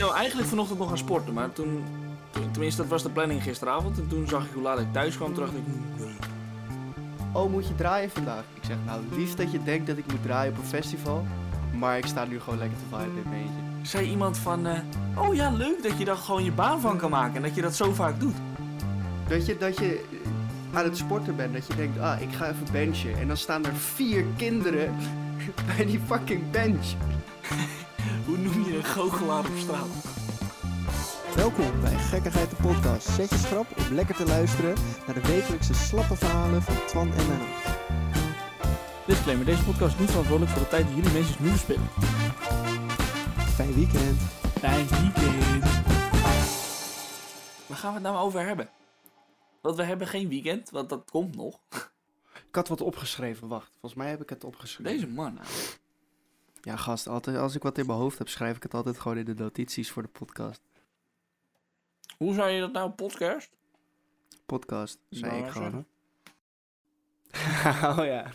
zou eigenlijk vanochtend nog gaan sporten, maar tenminste dat was de planning gisteravond. En toen zag ik hoe laat ik thuis kwam, toen dacht ik, nee. Oh, moet je draaien vandaag? Ik zeg, nou, lief dat je denkt dat ik moet draaien op een festival. Maar ik sta nu gewoon lekker te viben in mijn eentje. Zei iemand van, oh ja, leuk dat je daar gewoon je baan van kan maken en dat je dat zo vaak doet. Dat je aan het sporten bent, dat je denkt, ik ga even benchen. En dan staan er 4 kinderen bij die fucking bench. Hoe noem je een goochelaar op straat? Welkom bij Gekkigheid de podcast. Zet je schrap om lekker te luisteren naar de wekelijkse slappe verhalen van Twan en Menno. Disclaimer, deze podcast is niet verantwoordelijk voor de tijd die jullie mensen nu verspillen. Fijn weekend. Fijn weekend. Waar gaan we het nou over hebben? Want we hebben geen weekend, want dat komt nog. Ik had wat opgeschreven, wacht. Volgens mij heb ik het opgeschreven. Deze man nou. Ja, gast, altijd, als ik wat in mijn hoofd heb, schrijf ik het altijd gewoon in de notities voor de podcast. Hoe zou je dat nou, podcast? Podcast, zei Nou, ik gewoon, zeg. hè? Oh ja.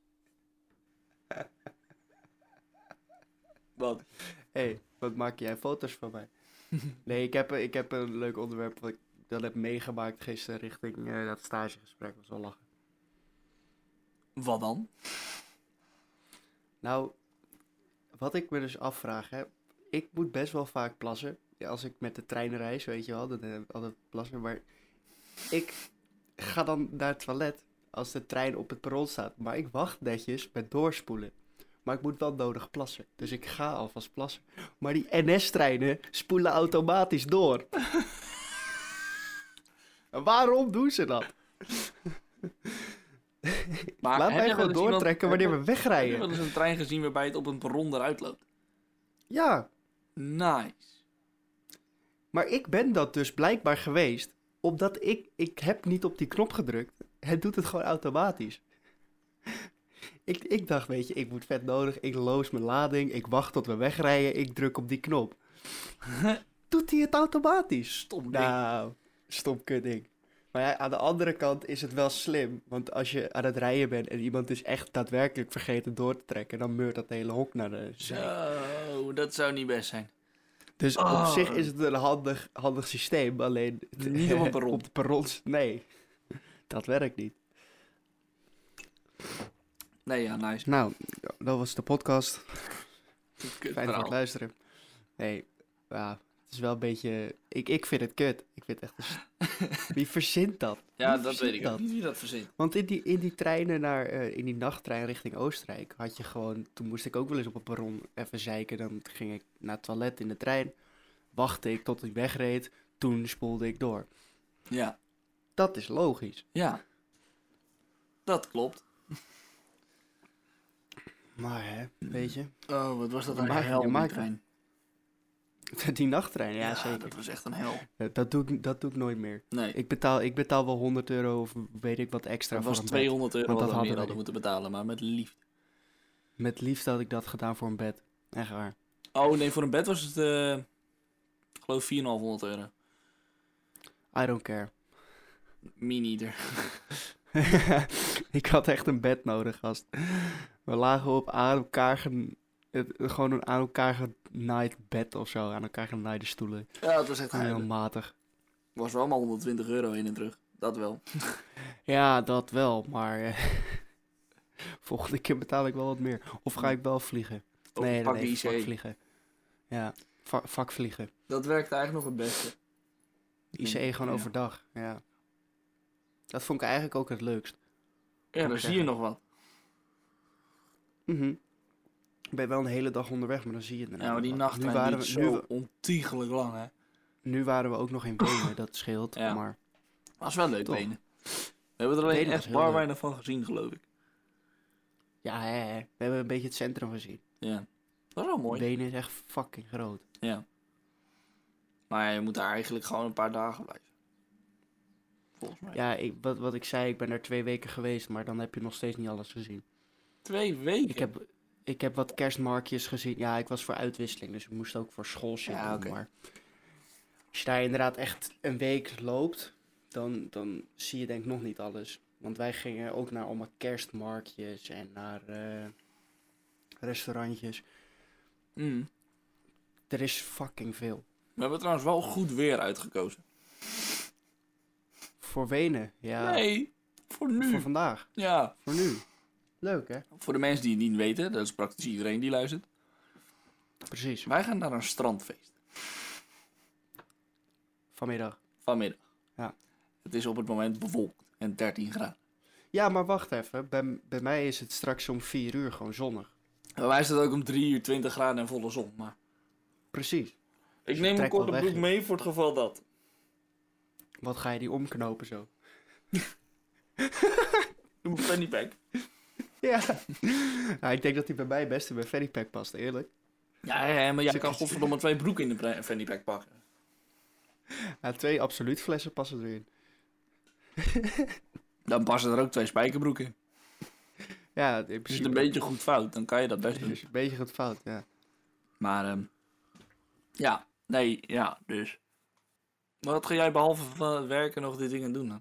Wat? Hé, wat maak jij foto's van mij? Nee, ik heb een leuk onderwerp wat ik dat heb meegemaakt gisteren richting dat stagegesprek. Dat was wel lachen. Wat dan? Nou, wat ik me dus afvraag, hè. Ik moet best wel vaak plassen. Ja, als ik met de trein reis, weet je wel, dan heb ik altijd plassen. Maar ik ga dan naar het toilet als de trein op het perron staat. Maar ik wacht netjes met doorspoelen. Maar ik moet wel nodig plassen. Dus ik ga alvast plassen. Maar die NS-treinen spoelen automatisch door. En waarom doen ze dat? Maar Laat heb mij je gewoon wel eens doortrekken wanneer we Heb je wegrijden. wel eens een trein gezien waarbij het op een perron eruit loopt? Ja, Nice. maar ik ben dat dus blijkbaar geweest. Omdat ik heb niet op die knop gedrukt. Het doet het gewoon automatisch. Ik dacht, weet je, ik moet vet nodig. Ik loos mijn lading. Ik wacht tot we wegrijden. Ik druk op die knop. Doet hij het automatisch? Stom ding. Nou, stom kut ding. Maar ja, aan de andere kant is het wel slim. Want als je aan het rijden bent en iemand is echt daadwerkelijk vergeten door te trekken, dan meurt dat hele hok naar de zij. Zo, dat zou niet best zijn. Dus op zich is het een handig systeem. Alleen Niet op een perron. op de perrons, nee. Dat werkt niet. Nee, ja, nice. Nou, dat was de podcast. Kut Fijn voor verhaal. het luisteren. Nee, ja, het is wel een beetje... Ik vind het kut. Ik vind het echt Wie verzint dat? Ja, Wie dat verzint weet ik ook niet wie dat verzint. Want in die treinen in die nachttrein richting Oostenrijk had je gewoon... Toen moest ik ook wel eens op een perron even zeiken. Dan ging ik naar het toilet in de trein. Wachtte ik tot ik wegreed. Toen spoelde ik door. Ja, Dat is logisch. ja. Dat klopt. Maar hè, weet je... Oh, wat was dat Je een maakt- hel, je die maakt- trein. Die nachttrein, ja, zeker. Dat was echt een hel. Dat doe ik nooit meer. Nee, Ik betaal wel 100 euro of weet ik wat extra dat voor was een 200 euro Want wat dat we meer hadden we hadden moeten betalen, maar met liefde. bed. Met liefde had ik dat gedaan voor een bed. Echt waar. Oh nee, voor een bed was het, ik geloof 4,500 euro. I don't care. Me neither. Ik had echt een bed nodig, gast. We lagen op gewoon een aan elkaar genaaid bed of zo. Aan elkaar genaaide stoelen. Ja, het was echt Heel huilen. matig. Was wel maar 120 euro heen en terug. Dat wel. Ja, dat wel, maar... volgende keer betaal ik wel wat meer. Of ga ik wel vliegen? Of Nee, pak de IC. vakvliegen. Ja, vakvliegen. Dat werkte eigenlijk nog het beste. ICE gewoon Ja. overdag, ja. Dat vond ik eigenlijk ook het leukst. Ja, Moet dan ik zie je nog wat. Mhm. Ik ben wel een hele dag onderweg, maar dan zie je het Ja, maar die nu nachttrein waren, duurt we, nu, zo ontiegelijk lang, hè. nu waren we ook nog in Wenen, dat scheelt. Ja. Maar Was wel leuk, Toch. Wenen. We hebben er alleen Wenen was echt heel bar leuk. weinig van gezien, geloof ik. ja, we hebben een beetje het centrum gezien. Ja. Dat was wel mooi. Wenen is echt fucking groot. Ja. Maar je moet daar eigenlijk gewoon een paar dagen blijven. Volgens mij. Ja, wat ik zei, ik ben er 2 weken geweest, maar dan heb je nog steeds niet alles gezien. 2 weken? Ik heb wat kerstmarktjes gezien. Ja, ik was voor uitwisseling, dus ik moest ook voor school shit Ja, doen. oké. Maar als je daar inderdaad echt een week loopt, dan zie je denk ik nog niet alles. Want wij gingen ook naar allemaal kerstmarktjes en naar restaurantjes. Mm. Er is fucking veel. We hebben trouwens wel goed weer uitgekozen. Voor Wenen, ja. Nee, voor nu. Voor vandaag. Ja, Voor nu. Leuk, hè? voor de mensen die het niet weten, dat is praktisch iedereen die luistert. Precies. Wij gaan naar een strandfeest. Vanmiddag. Vanmiddag. Ja. Het is op het moment bewolkt en 13 graden. Ja, maar wacht even. Bij mij is het straks om 4 uur gewoon zonnig. Bij mij is het ook om 3 uur 20 graden en volle zon. Maar Precies. ik je neem een trekt wel korte weg, broek joh. mee voor het geval dat. Wat ga je die omknopen zo? Doe een fanny pack. Ja. Nou, ik denk dat die bij mij best in mijn fanny pack past, eerlijk. Ja, maar jij kan godverdomme 2 broeken in de fanny pack pakken. Ja, 2 absoluut flessen passen erin. Dan passen er ook 2 spijkerbroeken in. Ja, in Is het principe een beetje goed fout, dan kan je dat best doen. is een beetje goed fout, ja. Maar, dus. Maar wat ga jij behalve van het werken nog dit dingen doen dan?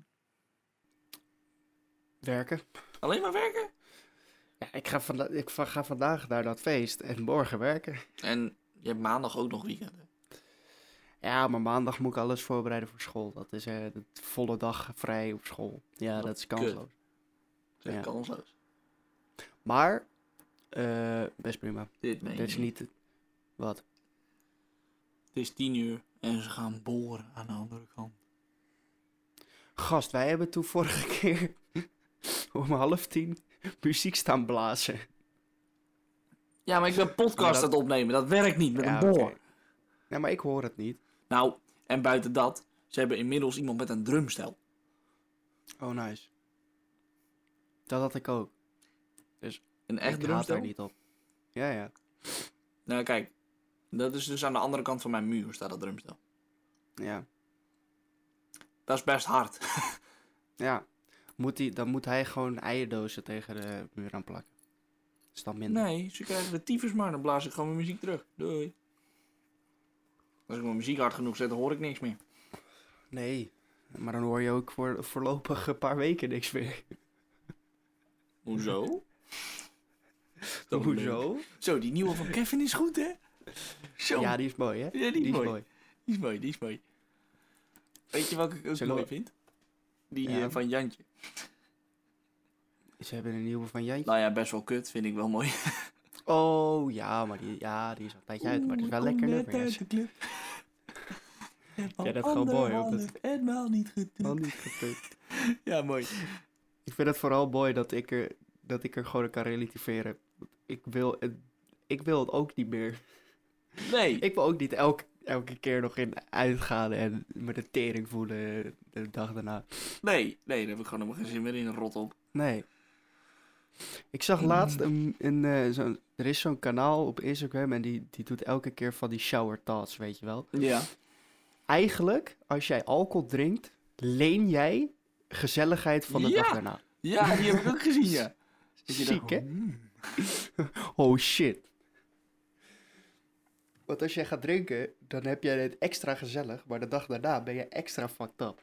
Werken. Alleen maar werken? Ja, ik ga vandaag naar dat feest en morgen werken. En je hebt maandag ook nog weekend. Hè? Ja, maar maandag moet ik alles voorbereiden voor school. Dat is de volle dag vrij op school. Ja, Wat dat is kansloos. Zeg Ja. kansloos. Maar, best prima. Dit meen Dit is je niet... Wat? Het is 10 uur en ze gaan boren aan de andere kant. Gast, wij hebben toen vorige keer om 9:30 muziek staan blazen. Ja, maar ik ben podcast Maar dat- aan het opnemen. Dat werkt niet met Ja, een boor. oké. Ja, maar ik hoor het niet. Nou, en buiten dat, ze hebben inmiddels iemand met een drumstel. Oh, nice. Dat had ik ook. Een echt Ik haat drumstel? daar niet op. Ja, ja. Nou, kijk. Dat is dus aan de andere kant van mijn muur staat dat drumstel. Ja. Dat is best hard. Ja. Dan moet hij gewoon eierdozen tegen de muur aan plakken. Is dan minder. Nee, ze krijgen de tyfus maar. Dan blaas ik gewoon mijn muziek terug. Doei. Als ik mijn muziek hard genoeg zet, dan hoor ik niks meer. Nee. Maar dan hoor je ook voorlopig een paar weken niks meer. Hoezo? Hoezo? Zo, die nieuwe van Kevin is goed, hè? Zo. Ja, die is mooi, hè? Ja, die is mooi. Die is mooi. Weet je welke ik ook Zullen mooi we- vind? Die Ja. van Jantje. Ze hebben een nieuwe van Jantje. Nou ja, best wel kut, vind ik wel mooi. Oh, ja, maar die is al een tijdje uit. Maar het is wel lekker nummer. Ja. club. Ja, dat is gewoon mooi, hoor. Dat- Etmaal niet goed. Oh, niet gepikt. Ja, mooi. Ik vind het vooral mooi dat ik er gewoon aan kan relativeren. Ik wil het ook niet meer. Nee. Ik wil ook niet elke keer nog in uitgaan en me de tering voelen de dag daarna. Nee, daar heb ik gewoon helemaal geen zin meer in. Rot op. Nee. Ik zag laatst er is zo'n kanaal op Instagram en die doet elke keer van die shower thoughts, weet je wel. Ja. Eigenlijk, als jij alcohol drinkt, leen jij gezelligheid van de Ja. dag daarna. Ja, die heb ik ook gezien, ja. Dat je Ziek, dacht, hè? Oh shit. Want als jij gaat drinken, dan heb jij het extra gezellig, maar de dag daarna ben je extra fucked up.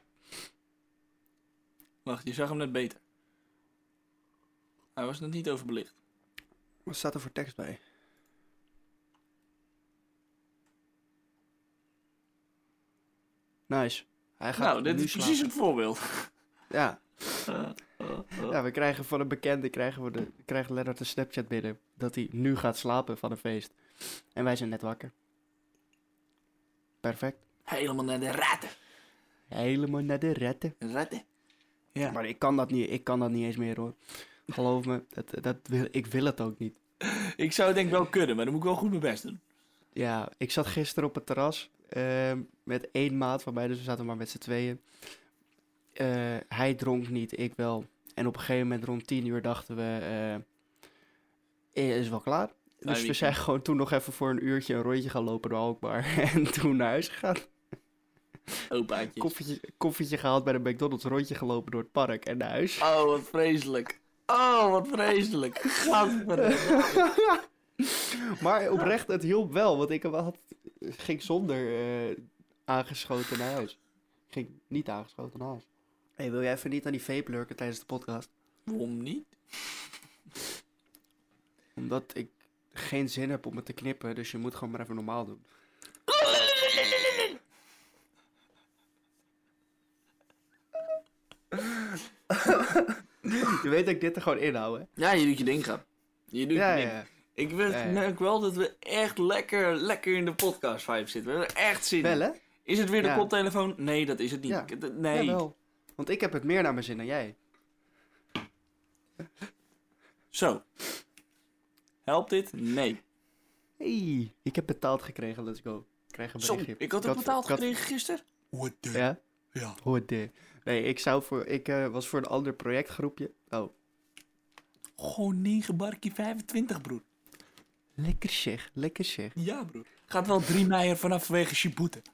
Wacht, je zag hem net beter. Hij was net niet overbelicht. Wat staat er voor tekst bij? Nice. Hij gaat Nou, dit nu is precies slapen. het voorbeeld. Ja. Ja, we krijgen van een bekende krijgen Lennart een Snapchat binnen dat hij nu gaat slapen van een feest. En wij zijn net wakker. Perfect. Helemaal naar de ratten. Helemaal naar de retten. Ratten. Ja. Maar ik kan dat niet eens meer hoor. Geloof me, ik wil het ook niet. Ik zou het denk ik wel kunnen, maar dan moet ik wel goed mijn best doen. Ja, ik zat gisteren op het terras met 1 maat van mij, dus we zaten maar met z'n tweeën. Hij dronk niet, ik wel. En op een gegeven moment rond 10 uur dachten we, het is wel klaar. Dus we weekend. zijn gewoon toen nog even voor een uurtje een rondje gaan lopen door Alkmaar. En toen naar huis gegaan. Opaatjes. Koffietje gehaald bij de McDonald's, rondje gelopen door het park en naar huis. Oh, wat vreselijk. Oh, wat vreselijk. Gadverdamme. Maar oprecht, het hielp wel, want ik ging zonder aangeschoten naar huis. Ik ging niet aangeschoten naar huis. Hey, wil jij even niet aan die vape lurken tijdens de podcast? Waarom niet? Omdat ik geen zin heb om het te knippen, dus je moet gewoon maar even normaal doen. Je weet dat ik dit er gewoon inhoud, hè? Ja, je doet je ding, grap. Je doet je ding. Ja. Ik merk wel dat we echt lekker in de podcast vibe zitten. We hebben er echt zin in. Wel, hè? Is het weer de Ja. koptelefoon? Nee, dat is het niet. Ja. Nee. Jawel. Want ik heb het meer naar mijn zin dan jij. Zo. Helpt dit? Nee. Hey, ik heb betaald gekregen, let's go. Ik krijg een Zo, berichtje. ik had ook betaald gekregen gisteren. What the? Ja? Ja. Hoe de. Nee, ik was voor een ander projectgroepje. Oh, Gewoon 9 barkie 25, broer. lekker zeg, lekker zeg. Ja, broer. Gaat wel 3 mei vanaf vanwege Shibuta.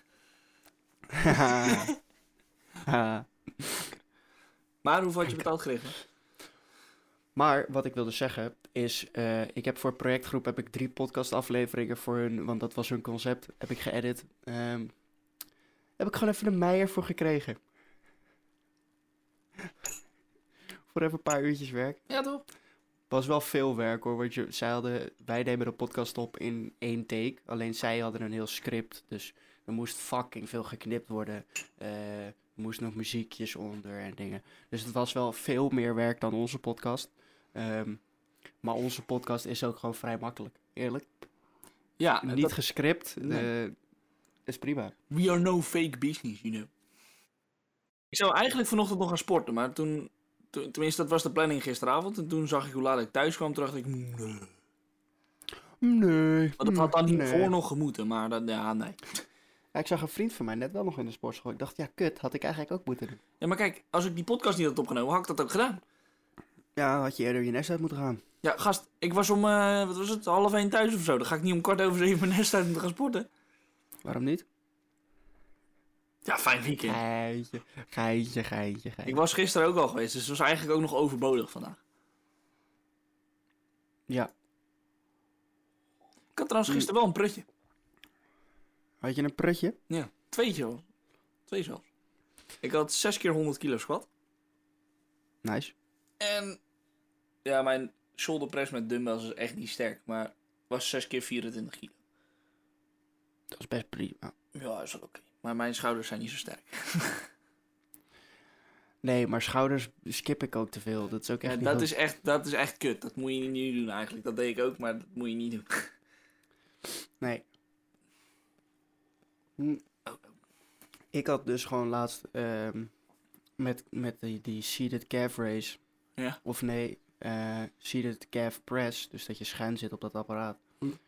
Ha. Maar hoeveel had je betaald gekregen? Maar wat ik wilde zeggen is, ik heb voor het projectgroep 3 podcastafleveringen voor hun, want dat was hun concept, heb ik geëdit. Heb ik gewoon even een meier voor gekregen. Voor even een paar uurtjes werk. Ja, toch? Was wel veel werk hoor, want wij nemen de podcast op in 1 take. Alleen zij hadden een heel script, dus er moest fucking veel geknipt worden. Er moest nog muziekjes onder en dingen. Dus het was wel veel meer werk dan onze podcast. Maar onze podcast is ook gewoon vrij makkelijk, eerlijk. Ja, Niet gescript, Nee. is prima. we are no fake business, you know. Ik zou eigenlijk vanochtend nog gaan sporten, maar tenminste dat was de planning gisteravond. En toen zag ik hoe laat ik thuis kwam, toen dacht ik, nee. Nee. Maar dat had dan nee. hiervoor nog gemoeten, maar nee. Ja, ik zag een vriend van mij net wel nog in de sportschool. Ik dacht, ja kut, had ik eigenlijk ook moeten doen. Ja, maar kijk, als ik die podcast niet had opgenomen, had ik dat ook gedaan. Ja, had je eerder je nest uit moeten gaan. Ja, gast, ik was om, wat was het, 12:30 thuis of zo. Dan ga ik niet om 7:15 mijn nest uit om te gaan sporten. Waarom niet? Ja, fijn weekend. Geintje. Ik was gisteren ook al geweest, dus het was eigenlijk ook nog overbodig vandaag. Ja. Ik had trouwens gisteren wel een prutje. Had je een prutje? Ja, 2 zelfs. Ik had 6 keer 100 kilo squat. Nice. En ja, mijn shoulder press met dumbbells is echt niet sterk, maar was 6 keer 24 kilo. Dat is best prima. Ja, is wel oké. Maar mijn schouders zijn niet zo sterk. Nee, maar schouders skip ik ook te veel. Dat is ook echt Ja, niet dat is echt kut. Dat moet je niet doen eigenlijk. Dat deed ik ook, maar dat moet je niet doen. Nee. Oh. Ik had dus gewoon laatst met die seated calf race. Ja. Of nee, seated calf press. Dus dat je schuin zit op dat apparaat.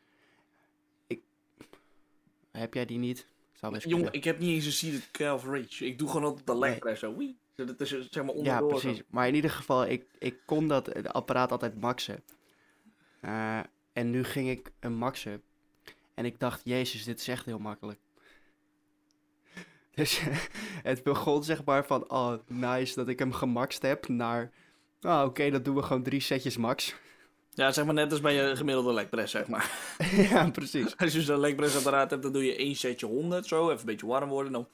Heb jij die niet? Zou best Jongen, kunnen. ik heb niet eens een seated calf raise. Ik doe gewoon altijd de leg press zo. Wee. Zodat het zeg maar Ja, onderdoor. precies. Maar in ieder geval, ik kon dat apparaat altijd maxen. En nu ging ik een maxen. En ik dacht, jezus, dit is echt heel makkelijk. Dus het begon zeg maar van, oh, nice dat ik hem gemaxt heb, naar, oké, dat doen we gewoon 3 setjes max. Ja, zeg maar net als bij je gemiddelde leg press, zeg maar. Ja, precies. Als je zo'n leg press apparaat hebt, dan doe je 1 setje 100 zo. Even een beetje warm worden. Dan...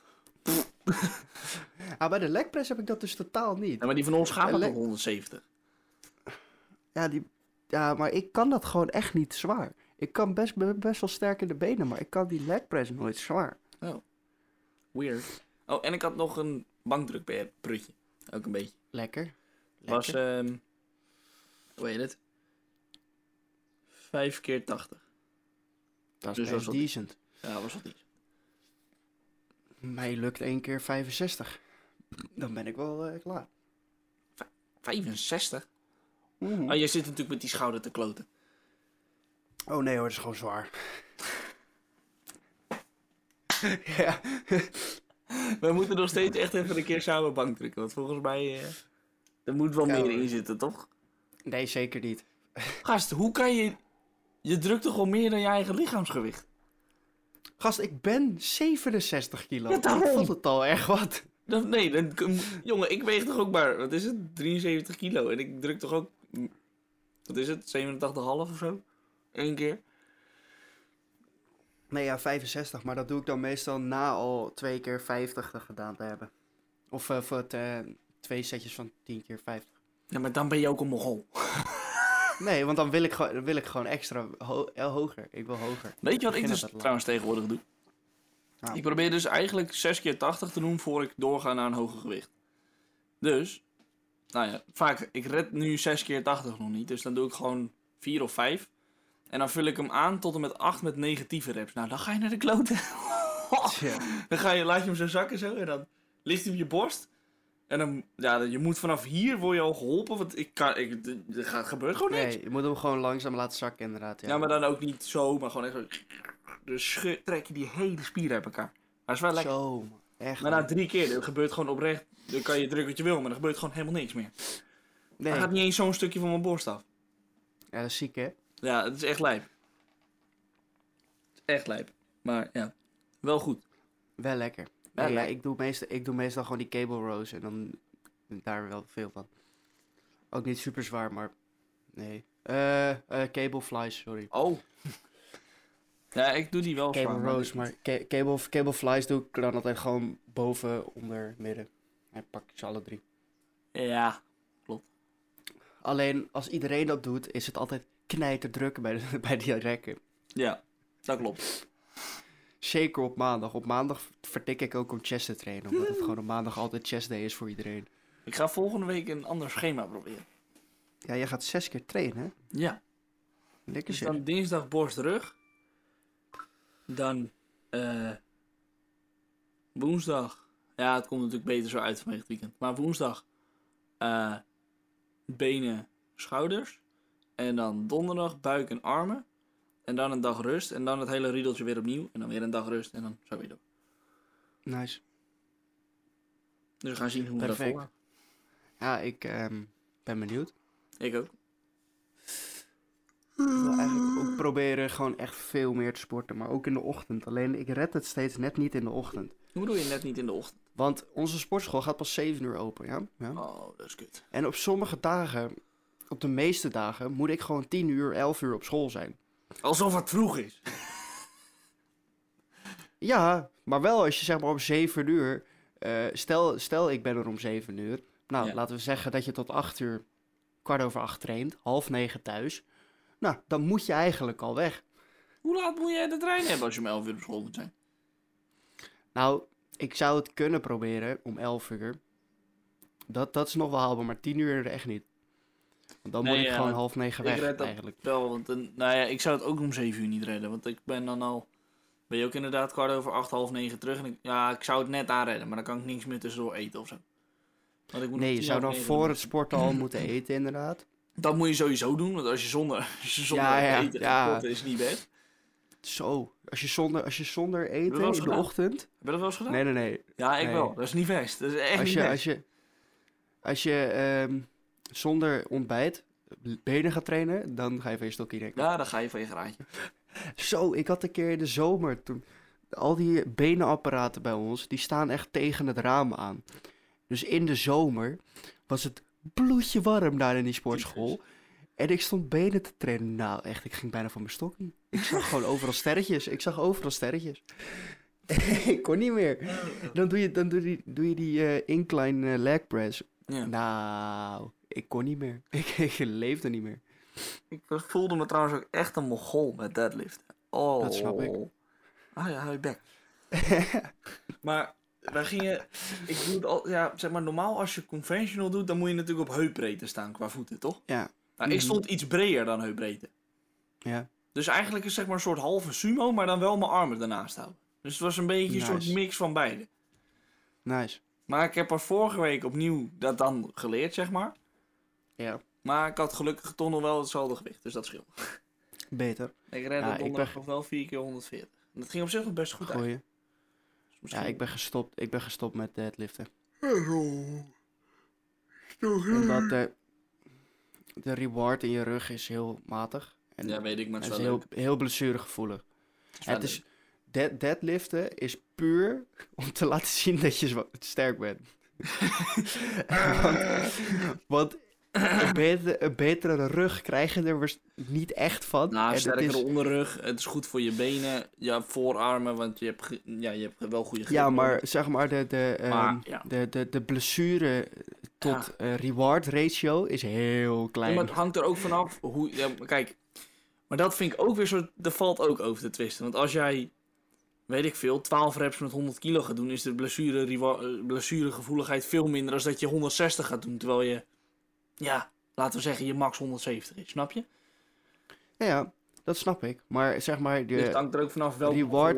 Bij de leg press heb ik dat dus totaal niet. Ja, maar die van ons gaat Ja, nog 170. Ja, maar ik kan dat gewoon echt niet zwaar. Ik kan best wel sterk in de benen, maar ik kan die leg press nooit zwaar. Weird. Oh, en ik had nog een bankdrukprutje. Ook een beetje. Lekker. Was, hoe heet het? 5 keer 80. Dat is dus best was wel decent. Ja, was wat iets. Mij lukt 1 keer 65. Dan ben ik wel klaar. 65? Mhm. Oh, jij zit natuurlijk met die schouder te kloten. Oh nee hoor, dat is gewoon zwaar. Ja. We moeten nog steeds echt even een keer samen bankdrukken. Want volgens mij, er moet wel Ja, meer hoor. in zitten, toch? Nee, zeker niet. Gast, hoe kan je... Je drukt toch al meer dan je eigen lichaamsgewicht? Gast, ik ben 67 kilo. Ja, daarom. Ik vond het al echt wat. Jongen, ik weeg toch ook maar, wat is het? 73 kilo. En ik druk toch ook, wat is het? 87,5 of zo? 1 keer. Nee, ja, 65. Maar dat doe ik dan meestal na al 2 keer 50 gedaan te hebben. Of voor het 2 setjes van 10 keer 50. Ja, maar dan ben je ook een mogol. Nee, want dan wil ik gewoon extra hoger. Ik wil hoger. Weet je wat ik Begin dus dat laag. trouwens tegenwoordig doe? Nou. Ik probeer dus eigenlijk 6 keer 80 te doen voor ik doorga naar een hoger gewicht. Dus, nou ja, vaak, ik red nu 6 keer 80 nog niet. Dus dan doe ik gewoon 4 of 5. En dan vul ik hem aan tot en met 8 met negatieve reps. Nou, dan ga je naar de kloten. Dan laat je hem zo zakken zo en dan ligt hij op je borst. En dan, ja, je moet vanaf hier word je al geholpen, want er gebeurt gewoon niks. Nee, je moet hem gewoon langzaam laten zakken inderdaad. Ja, maar dan ook niet zo, maar gewoon echt zo. Dus trek je die hele spieren uit elkaar. Maar het is wel lekker. Zo, echt. Maar na 3 keer, dat gebeurt gewoon oprecht. Dan kan je drukken wat je wil, maar er gebeurt gewoon helemaal niks meer. Nee. Dan gaat niet eens zo'n stukje van mijn borst af. Ja, dat is ziek, hè? Ja, het is echt lijp. Het is echt lijp. Maar ja, wel goed. Wel lekker. Wel Nee, ja, lekker. ik doe meestal gewoon die cable rows en dan daar wel veel van. Ook niet super zwaar, maar nee. Cable flies, sorry. Oh. Ja, ik doe die wel Cable zwaar, rows, maar cable flies doe ik dan altijd gewoon boven, onder, midden. En pak ik ze alle 3. Ja. Alleen als iedereen dat doet, is het altijd knijterdruk bij die rekken. Ja, dat klopt. Zeker op maandag. Op maandag vertik ik ook om chest te trainen. Omdat het gewoon op maandag altijd chest day is voor iedereen. Ik ga volgende week een ander schema proberen. Ja, jij gaat 6 keer trainen, hè? Ja. Lekker Dus zeg. dan dinsdag borst rug. Dan woensdag. Ja, het komt natuurlijk beter zo uit vanwege het weekend. Maar woensdag benen, schouders. En dan donderdag buik en armen. En dan een dag rust. En dan het hele riedeltje weer opnieuw. En dan weer een dag rust. En dan zo weer door. Nice. Dus we gaan zien hoe we dat Perfect. volgen. Ja, ik ben benieuwd. Ik ook. Ik wil eigenlijk ook proberen gewoon echt veel meer te sporten. Maar ook in de ochtend. Alleen ik red het steeds net niet in de ochtend. Hoe doe je net niet in de ochtend? Want onze sportschool gaat pas 7 uur open, ja? Ja. Oh, dat is kut. En op sommige dagen, op de meeste dagen, moet ik gewoon 10 uur, 11 uur op school zijn. Alsof het vroeg is. Ja, maar wel als je zeg maar om 7 uur... stel ik ben er om 7 uur. Nou, Ja. laten we zeggen dat je tot 8 uur, 8:15 traint. 8:30 thuis. Nou, dan moet je eigenlijk al weg. Hoe laat moet jij de trein hebben als je om 11 uur op school moet zijn? Nou, ik zou het kunnen proberen om 11 uur. Dat is nog wel haalbaar, maar 10 uur echt niet. Want dan Nee, moet ik ja, gewoon want 8:30 ik weg red dat eigenlijk. wel, want nou ja, ik zou het ook om 7 uur niet redden. Want ik ben dan al, ben je ook inderdaad 8:15, 8:30 terug. En ik zou het net aanredden, maar dan kan ik niks meer tussendoor eten of zo. Want ik moet Nee, om je zou dan 8:30 voor het sporten al moeten eten inderdaad. Dat moet je sowieso doen, want als je zonder Ja, eten ja. gaat sporten, is niet best. Zo, als je zonder eten wel eens in de gedaan? ochtend... Heb je dat wel eens gedaan? Nee. Ja, ik Nee. wel. Dat is niet best. Dat is echt niet best. Als je zonder ontbijt benen gaat trainen, dan ga je van je stokje denken. Ja, dan ga je van je graadje. Zo, ik had een keer in de zomer toen... Al die benenapparaten bij ons, die staan echt tegen het raam aan. Dus in de zomer was het bloedje warm daar in die sportschool. En ik stond benen te trainen. Nou, echt, ik ging bijna van mijn stokje. Ik zag gewoon overal sterretjes. Ik kon niet meer. Dan doe je die incline leg press. Ja. Nou, ik kon niet meer. Ik leefde niet meer. Ik voelde me trouwens ook echt een mogol met deadlift. Oh. Dat snap ik. Ah ja, hou je bek. Maar wij gingen, ik doe het al, ja, zeg maar normaal als je conventional doet, dan moet je natuurlijk op heupbreedte staan qua voeten, toch? Ja. Nou, ik stond iets breder dan heupbreedte. Ja. Dus eigenlijk is zeg maar een soort halve sumo, maar dan wel mijn armen ernaast houden. Dus het was een beetje een soort Nice. mix van beide. Nice. Maar ik heb er vorige week opnieuw dat dan geleerd, zeg maar. Ja. Maar ik had gelukkig toch nog wel hetzelfde gewicht, dus dat scheelt. Beter. Ik redde Ja, ik donderdag nog wel 4 keer 140. En dat ging op zich nog best goed uit. Goeie. Dus misschien- Ja, ik ben gestopt met deadliften. Omdat de reward in je rug is heel matig. En Ja, weet ik, maar het het is is wel leuk. heel blessuregevoelig. wel Het is, deadliften is puur om te laten zien dat je sterk bent. want een betere rug krijg je er niet echt van. Nou, En het sterkere is- onderrug. Het is goed voor je benen, je voorarmen, want je hebt, je hebt wel goede grip Ja, nodig. maar zeg maar Maar, ja. de blessure tot reward ratio is heel Ja, klein. maar het hangt er ook vanaf hoe... Ja, kijk, maar dat vind ik ook weer zo... Er valt ook over te twisten. Want als jij... weet ik veel, 12 reps met 100 kilo gaat doen, is de blessuregevoeligheid veel minder dan dat je 160 gaat doen. Terwijl je, ja, laten we zeggen, je max 170 is, snap je? Ja, dat snap ik. Maar zeg maar, Dus het hangt er ook vanaf welke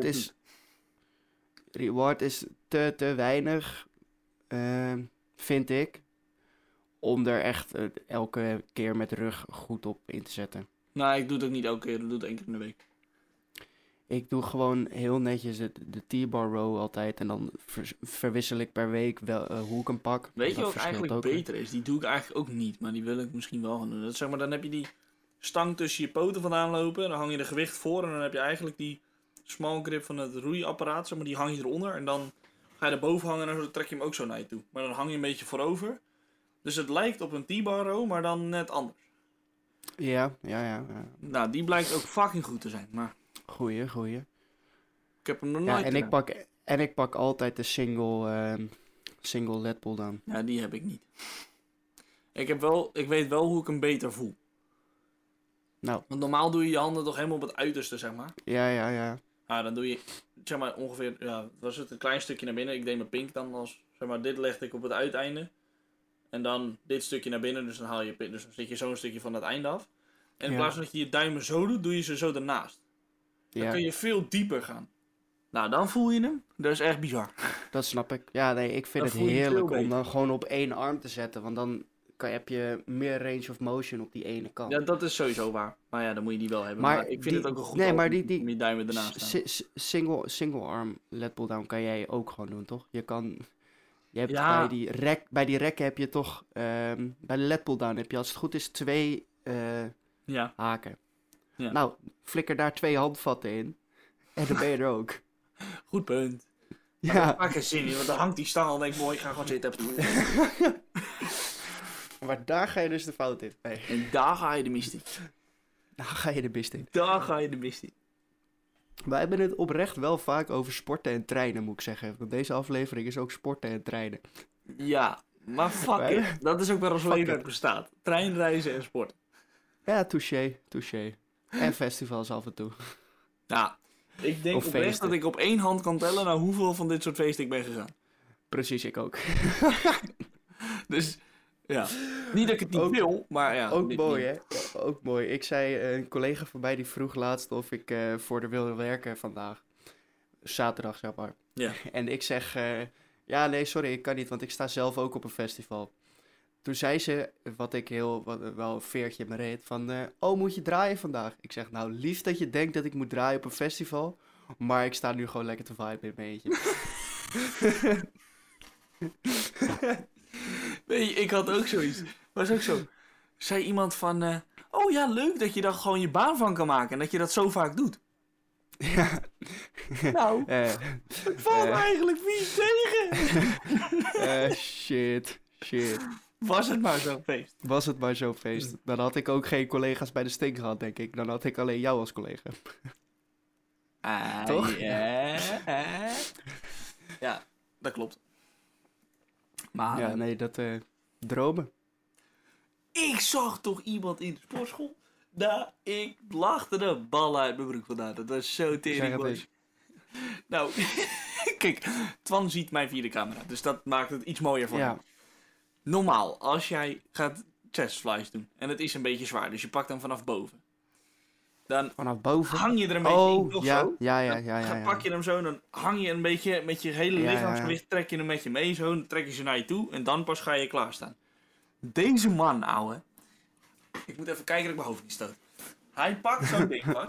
reward is te weinig, vind ik, om er echt elke keer met rug goed op in te zetten. Nou, ik doe het ook niet elke keer, ik doe het 1 keer in de week. Ik doe gewoon heel netjes de T-bar row altijd en dan verwissel ik per week hoe ik hem pak. Weet je Dat wat verschilt eigenlijk ook. beter is? Die doe ik eigenlijk ook niet, maar die wil ik misschien wel gaan doen. Dat, zeg maar, dan heb je die stang tussen je poten vandaan lopen, dan hang je de gewicht voor en dan heb je eigenlijk die small grip van het roeiapparaat, zeg maar, die hang je eronder en dan ga je erboven hangen en dan trek je hem ook zo naar je toe. Maar dan hang je een beetje voorover. Dus het lijkt op een T-bar row, maar dan net anders. Ja. Nou, die blijkt ook fucking goed te zijn, maar Goeie. ik heb hem nog Ja, nooit gedaan. en ik pak altijd de single lat pull down. Ja, die heb ik niet. Ik weet wel hoe ik hem beter voel. Nou. Want normaal doe je je handen toch helemaal op het uiterste, zeg maar. Ja. Nou, dan doe je, zeg maar, ongeveer, ja, was het een klein stukje naar binnen. Ik deed mijn pink dan als, zeg maar, dit legde ik op het uiteinde. En dan dit stukje naar binnen, dus dan haal je, dus dan zit je zo'n stukje van het einde af. En in Ja. plaats van dat je je duimen zo doet, doe je ze zo ernaast. Dan Ja, kun je veel dieper gaan. Nou, dan voel je hem. Dat is echt bizar. dat snap ik. Ja, nee, ik vind Dan het voel je het heerlijk veel om beter. dan gewoon op één arm te zetten. Want dan heb je meer range of motion op die ene kant. Ja, dat is sowieso waar. Maar ja, dan moet je die wel hebben. Maar Maar ik vind die- het ook een goed nee, maar alternatief die- om je duimen ernaast staan. Single arm lat pull down kan jij ook gewoon doen, toch? Je hebt Ja. bij die rekken heb je toch, bij de lat pull down heb je als het goed is 2 Ja. haken. Ja. Nou, flikker daar 2 handvatten in en dan ben je er ook. Goed punt. Ja. Ja. Maak er zin in, want dan hangt die stang al en denk ik, mooi, ik ga gewoon zitten. Maar daar ga je dus de fout in. Nee, En daar ga je de mist in. daar ga je de mist in. Daar ga je de mist in. Wij hebben het oprecht wel vaak over sporten en trainen, moet ik zeggen. Want deze aflevering is ook sporten en trainen. Ja, maar fuck Wij- it. Dat is ook waar ons Fuck leven it. uit bestaat. Treinreizen en sport. Ja, touché. En festivals af en toe. Ja, ik denk Of oprecht feesten. dat ik op 1 hand kan tellen naar hoeveel van dit soort feesten ik ben gegaan. Precies, ik ook. Dus, ja. Niet dat ik het niet Ook- wil, maar ja. Ook dit mooi, niet. hè? Ja, ook mooi. Ik zei, een collega van mij die vroeg laatst of ik voor de wilde werken vandaag. Zaterdag, zeg maar. Ja. En ik zeg, ja, nee, sorry, ik kan niet, want ik sta zelf ook op een festival. Toen zei ze, wel een veertje in mijn reet, van, oh, moet je draaien vandaag? Ik zeg, nou, lief dat je denkt dat ik moet draaien op een festival, maar ik sta nu gewoon lekker te viben in mijn eentje. Nee, ik had ook zoiets. Was ook zo. Zei iemand van, oh ja, leuk dat je daar gewoon je baan van kan maken en dat je dat zo vaak doet. Ja. Nou, Het het valt eigenlijk vies tegen. shit. Was het maar zo'n feest. Was het maar zo'n feest. Dan had ik ook geen collega's bij de Sting gehad, denk ik. Dan had ik alleen jou als collega. Toch? Ja, dat klopt. Maar Ja, nee, dat dromen. ik zag toch iemand in de sportschool. Nou, ik lachte de bal uit mijn broek vandaan. Dat was zo Zeg tering het mooi. eens. Nou, kijk, Twan ziet mij via de camera. Dus dat maakt het iets mooier voor hem. Ja, Normaal, als jij gaat chest flies doen. En het is een beetje zwaar. Dus je pakt hem vanaf boven. Dan vanaf boven. hang je er een beetje in, Oh, toch ja, zo? ja. Pak je hem zo, dan hang je een beetje met je hele Ja, lichaamsgewicht, trek je hem met je mee zo, dan trek je ze naar je toe en dan pas ga je klaarstaan. Deze man, ouwe. Ik moet even kijken dat ik mijn hoofd niet stoot. Hij pakt zo'n ding vast.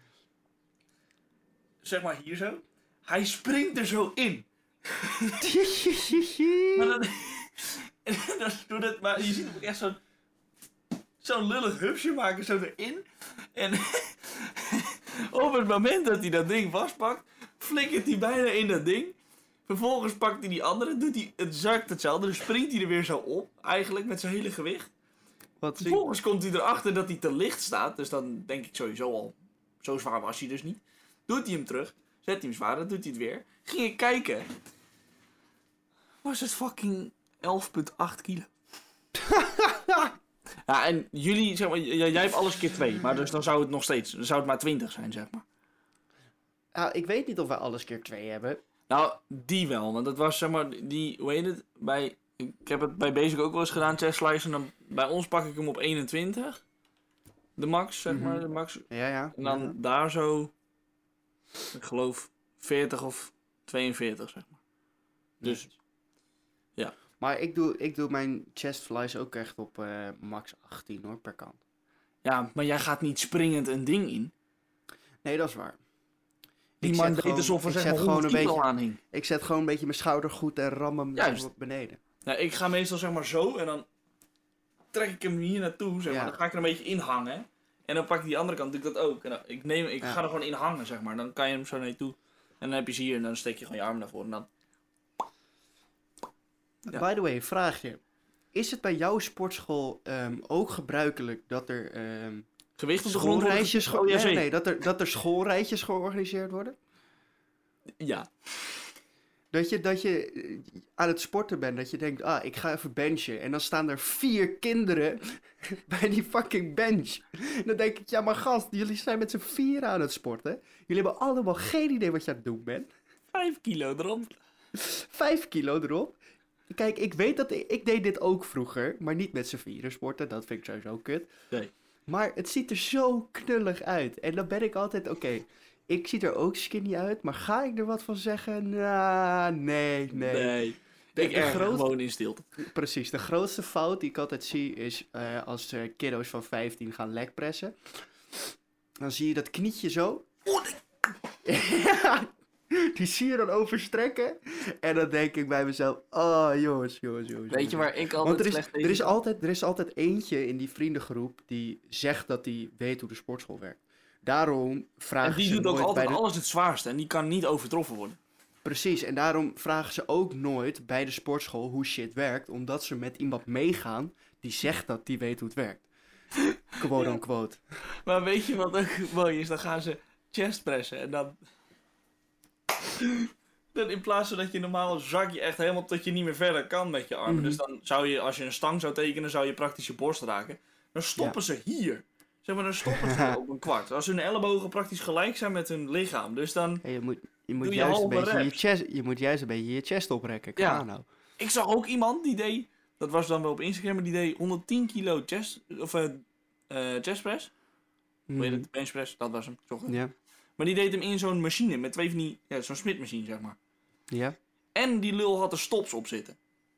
Zeg maar hier zo. Hij springt er zo in. Maar dan, en dan doet het, maar je ziet hem ook echt zo'n lullig hupsje maken zo erin. En op het moment dat hij dat ding vastpakt, flikkert hij bijna in dat ding. Vervolgens pakt hij die andere, doet hij het zakt hetzelfde, dan springt hij er weer zo op, eigenlijk met zijn hele gewicht. Wat zie Vervolgens komt hij erachter dat hij te licht staat, dus dan denk ik sowieso al, zo zwaar was hij dus niet. Doet hij hem terug, zet hij hem zwaar, dan doet hij het weer. Ging ik kijken, was het fucking 11,8 kilo. Ja, en jullie, zeg maar, jij hebt alles keer 2, maar dus dan zou het nog steeds, dan zou het maar 20 zijn, zeg maar. ik weet niet of wij alles keer 2 hebben. Nou, die wel. Want dat was, zeg maar, hoe heet het? Ik heb het bij Basic ook wel eens gedaan, chest slice. En dan, bij ons pak ik hem op 21. De max, zeg maar. De max. Ja. En dan daar zo, ik geloof 40 of 42, zeg maar. Dus, ja. Maar ik doe mijn chest flies ook echt op max 18 hoor, per kant. Ja, maar jij gaat niet springend een ding in. Nee, dat is waar. Die man deed alsof er zeg maar 100 kilo aan hing. Ik zet gewoon een beetje mijn schouder goed en ram hem naar beneden. Nou, ik ga meestal zeg maar zo en dan trek ik hem hier naartoe, zeg maar. Dan ga ik er een beetje in hangen. En dan pak ik die andere kant, doe ik dat ook. En dan, ik ga er gewoon in hangen, zeg maar. Dan kan je hem zo naartoe. En dan heb je ze hier en dan steek je gewoon je arm naar voren. En dan... Ja. By the way, vraagje. Is het bij jouw sportschool ook gebruikelijk dat er gewicht op de grond worden? Dat er schoolreisjes georganiseerd worden? Ja. Dat je aan het sporten bent, dat je denkt, ik ga even benchen. En dan staan er 4 kinderen bij die fucking bench. En dan denk ik, ja maar gast, jullie zijn met z'n 4 aan het sporten. Jullie hebben allemaal geen idee wat je aan het doen bent. 5 kilo erop. 5 kilo erop. Kijk, ik weet dat ik deed dit ook vroeger, maar niet met z'n 4 sporten. Dat vind ik sowieso kut. Nee. Maar het ziet er zo knullig uit. En dan ben ik altijd, oké, ik zie er ook skinny uit, maar ga ik er wat van zeggen? Nou, nee. Ik gewoon in stilte. Precies, de grootste fout die ik altijd zie is als kiddo's van 15 gaan legpressen. Dan zie je dat knietje zo. Ja, die zie je dan overstrekken. En dan denk ik bij mezelf, jongens. Weet je waar ik altijd Want er is altijd eentje in die vriendengroep die zegt dat hij weet hoe de sportschool werkt. Daarom vragen ze. En die doet ook altijd alles het zwaarste en die kan niet overtroffen worden. Precies, en daarom vragen ze ook nooit bij de sportschool hoe shit werkt, omdat ze met iemand meegaan die zegt dat die weet hoe het werkt. Quote unquote. Maar weet je wat ook mooi is? Dan gaan ze chest pressen en dan in plaats van dat je normaal zak je echt helemaal tot je niet meer verder kan met je armen. Mm-hmm. Dus dan zou je, als je een stang zou tekenen, zou je praktisch je borst raken. Dan stoppen ze hier. Zeg maar, dan stoppen ze op een kwart. Als hun ellebogen praktisch gelijk zijn met hun lichaam. Dus dan je moet juist een beetje je moet juist een beetje je chest oprekken. Ja. Nou. Ik zag ook iemand die deed, dat was dan wel op Instagram, maar die deed 110 kilo chest press. Hoe heet het? Bench press, dat was hem. Ja. Maar die deed hem in zo'n machine, met 2 van die, zo'n Smith-machine, zeg maar. Ja. En die lul had er stops op zitten.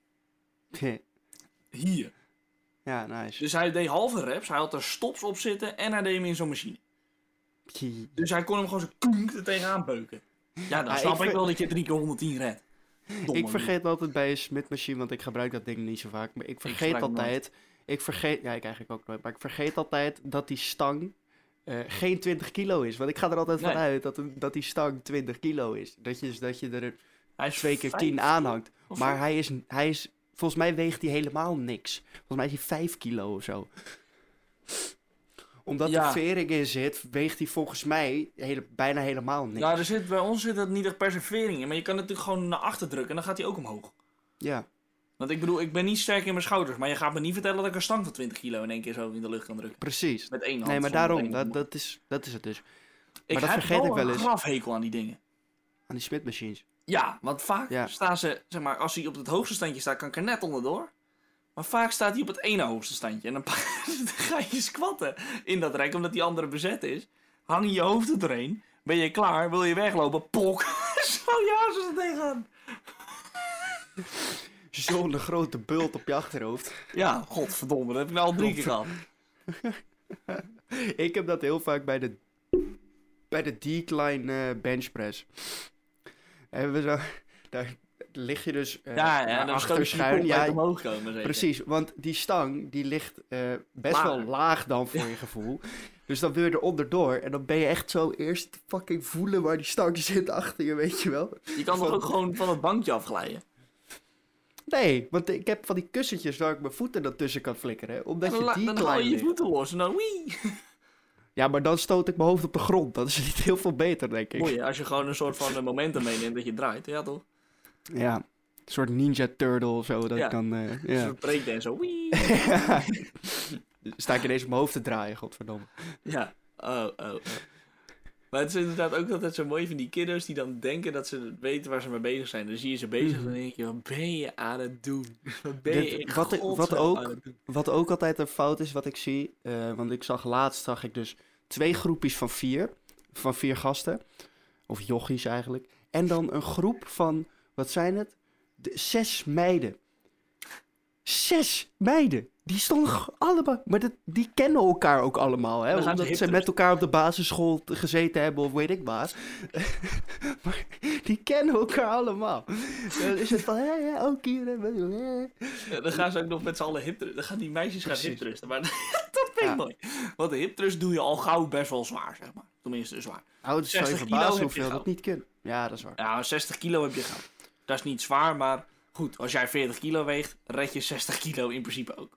Hier. Ja, nice. Dus hij deed halve reps, hij had er stops op zitten en hij deed hem in zo'n machine. Dus hij kon hem gewoon zo koenk er tegenaan beuken. Ja, dan snap ik wel dat je 3 keer 110 redt. Ik vergeet altijd bij een Smith-machine, want ik gebruik dat ding niet zo vaak. Maar ik vergeet altijd... Ja, ik eigenlijk ook nooit. Maar ik vergeet altijd dat die stang geen 20 kilo is. Want ik ga er altijd van uit dat die stang 20 kilo is. Dat je er 2 keer 10 aanhangt. Maar hij is... Volgens mij weegt hij helemaal niks. Volgens mij is hij 5 kilo of zo. Omdat de vering in zit, weegt hij volgens mij bijna helemaal niks. Nou, bij ons zit het niet echt per se vering in. Maar je kan het natuurlijk gewoon naar achter drukken en dan gaat hij ook omhoog. Ja. Want ik bedoel, ik ben niet sterk in mijn schouders. Maar je gaat me niet vertellen dat ik een stang van 20 kilo in één keer zo in de lucht kan drukken. Precies. Met 1 hand. Nee, maar daarom, dat is het dus. Ik maar dat vergeet ik wel eens. Ik heb een grafhekel aan die dingen. Aan die Smith-machines. Ja, want vaak staan ze, zeg maar, als hij op het hoogste standje staat, kan ik er net onderdoor. Maar vaak staat hij op het ene hoogste standje. En dan ga je squatten in dat rek, omdat die andere bezet is. Hang je je hoofd er doorheen. Ben je klaar, wil je weglopen, pok. Zo ja, ze tegenaan. Zo'n grote bult op je achterhoofd. Ja, godverdomme, dat heb ik nou al 3 keer gehad. Ik heb dat heel vaak bij de decline benchpress. Hebben we zo... Daar lig je dus dan achter schuin. Ja, omhoog komen, zeker. Precies, want die stang die ligt best wel laag dan voor je gevoel. Dus dan wil je er onderdoor en dan ben je echt zo eerst fucking voelen waar die stang zit achter je, weet je wel. Je kan toch ook gewoon van het bankje afglijden? Nee, want ik heb van die kussentjes waar ik mijn voeten dan tussen kan flikkeren. Omdat dan haal je je voeten los en dan wee. Ja, maar dan stoot ik mijn hoofd op de grond. Dat is niet heel veel beter, denk ik. Mooi, als je gewoon een soort van momentum meeneemt dat je draait. Ja, toch? Ja, een soort Ninja Turtle of zo. Dat ik dan, een soort breakdance, zo. Wee. Sta ik ineens op mijn hoofd te draaien, godverdomme. Ja, oh. Maar het is inderdaad ook altijd zo mooi van die kiddo's die dan denken dat ze weten waar ze mee bezig zijn. Dan zie je ze bezig en dan denk je, wat ben je aan het doen? Wat ben je in godsnaam aan het doen? Wat ook altijd een fout is wat ik zie. Want ik zag ik dus 2 groepjes van 4. Van 4 gasten. Of jochies eigenlijk. En dan een groep van, wat zijn het? 6 meiden. 6 meiden. Die stonden allemaal... Maar die kennen elkaar ook allemaal, hè? Dan gaan ze Omdat ze hipsters. met elkaar op de basisschool gezeten hebben of weet ik wat. Maar die kennen elkaar allemaal. Dan is het van, ja, ook hier. Ja, dan gaan ze ook nog met z'n allen hiptrusten. Dan gaan die meisjes gaan Precies. hiptrusten. Maar dat vind ik Ja. mooi. Want de hiptrust doe je al gauw best wel zwaar, zeg maar. Tenminste, zwaar. Ouders zou je 60 kilo verbazen heb je hoeveel gauw. dat niet kunnen. Ja, dat is waar. Ja, 60 kilo heb je gauw. Dat is niet zwaar, maar goed. Als jij 40 kilo weegt, red je 60 kilo in principe ook.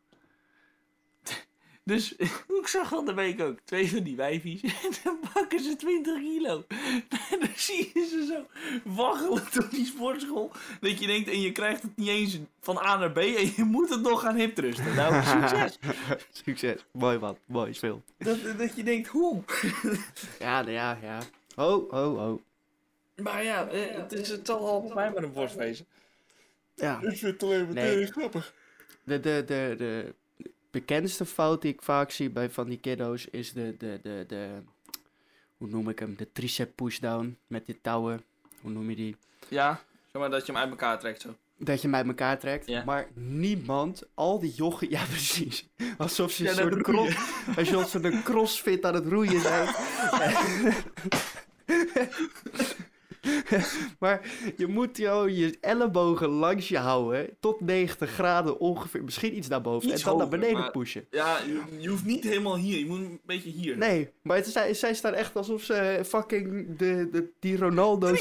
Dus ik zag van de week ook 2 van die wijfies. En dan pakken ze 20 kilo. En dan zie je ze zo waggelen door die sportschool. Dat je denkt, en je krijgt het niet eens van A naar B. En je moet het nog gaan hiptrusten. Nou, succes. Succes. Mooi man. Mooi speel. Dat je denkt, hoe? Ja. Ho. Maar ja, het zal al bij mij maar een borst wezen. Ja. Ik vind het alleen maar Nee. grappig. De bekendste fout die ik vaak zie bij van die kiddo's is de hoe noem ik hem? De tricep pushdown met die touwen. Hoe noem je die? Ja, zeg maar dat je hem uit elkaar trekt zo. Dat je hem uit elkaar trekt. Ja. Maar niemand, al die jochen... Ja, precies. Alsof ze Ja, een dat soort roeien. alsof ze een crossfit aan het roeien zijn. Maar je moet je ellebogen langs je houden. Tot 90 graden ongeveer. Misschien iets daarboven. Iets en dan naar hoger, beneden maar- pushen. Ja, je hoeft niet helemaal hier. Je moet een beetje hier. Nee, maar zij staan echt alsof ze fucking die Ronaldo...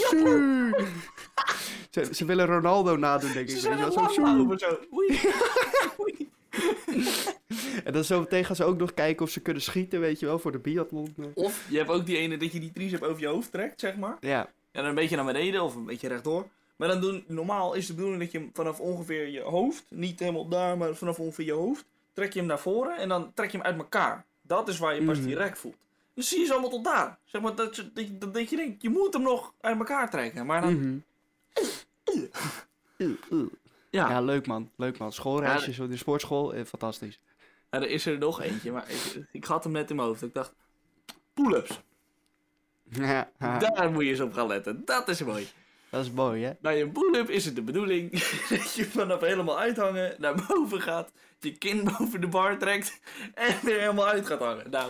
Ze willen Ronaldo nadoen, denk ik. Ze zijn Weet je er wel, zo- lang over zo. Oei. Oei. En dan zo meteen gaan ze ook nog kijken of ze kunnen schieten, weet je wel, voor de biathlon. Of je hebt ook die ene dat je die tricep over je hoofd trekt, zeg maar. Ja, En dan een beetje naar beneden of een beetje rechtdoor. Maar dan normaal is de bedoeling dat je hem vanaf ongeveer je hoofd, niet helemaal daar, maar vanaf ongeveer je hoofd, trek je hem naar voren en dan trek je hem uit elkaar. Dat is waar je pas die rek voelt. Dus zie je ze allemaal tot daar. Zeg maar dat je denkt, je moet hem nog uit elkaar trekken. Maar dan... Mhm. Ja. Ja, leuk man. Leuk man. Schoolreisjes op de sportschool, fantastisch. Ja, er is er nog eentje, maar ik had hem net in mijn hoofd. Ik dacht, pull-ups. Ja, Daar moet je eens op gaan letten. Dat is mooi. dat is mooi, hè? Bij een pull-up is het de bedoeling dat je vanaf helemaal uithangen naar boven gaat, je kin boven de bar trekt en weer helemaal uit gaat hangen. Nou,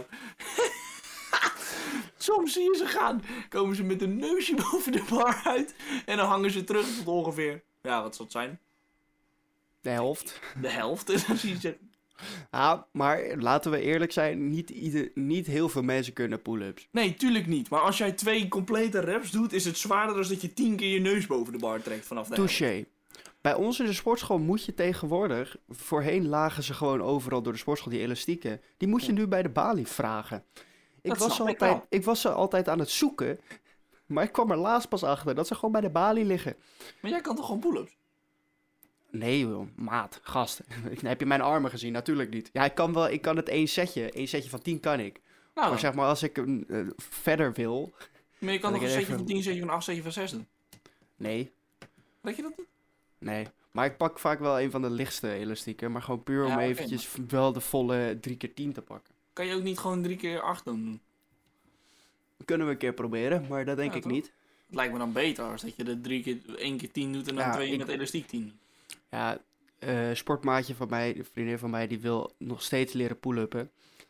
soms zie je ze gaan. Komen ze met een neusje boven de bar uit en dan hangen ze terug tot ongeveer, ja, wat zal het zijn? De helft. De helft. En dan zie je ze... Ja, maar laten we eerlijk zijn, niet heel veel mensen kunnen pull-ups. Nee, tuurlijk niet. Maar als jij 2 complete reps doet, is het zwaarder dan dat je 10 keer je neus boven de bar trekt vanaf de helft. Touché. Bij ons in de sportschool moet je tegenwoordig, voorheen lagen ze gewoon overal door de sportschool, die elastieken. Die moet je nu bij de balie vragen. Ik was ze altijd aan het zoeken, maar ik kwam er laatst pas achter dat ze gewoon bij de balie liggen. Maar jij kan toch gewoon pull-ups? Nee joh, maat, gast. Heb je mijn armen gezien? Natuurlijk niet. Ja, ik kan het één setje van 10 kan ik. Nou, Maar zeg maar, als ik verder wil, maar je kan dat toch ik een even- setje van 10, setje van 8, setje van 6 doen? nee. Weet je dat niet? Nee, maar ik pak vaak wel een van de lichtste elastieken. Maar gewoon puur om Ja, oké, eventjes wel de volle 3x10 te pakken. Kan je ook niet gewoon 3 keer 8 doen? Kunnen we een keer proberen, maar dat denk Ja, ik toch? niet. Het lijkt me dan beter als dat je de 1 keer 10 doet en dan Ja, 2 ik- met elastiek 10. Ja, sportmaatje van mij, een vriendin van mij, die wil nog steeds leren pull-uppen.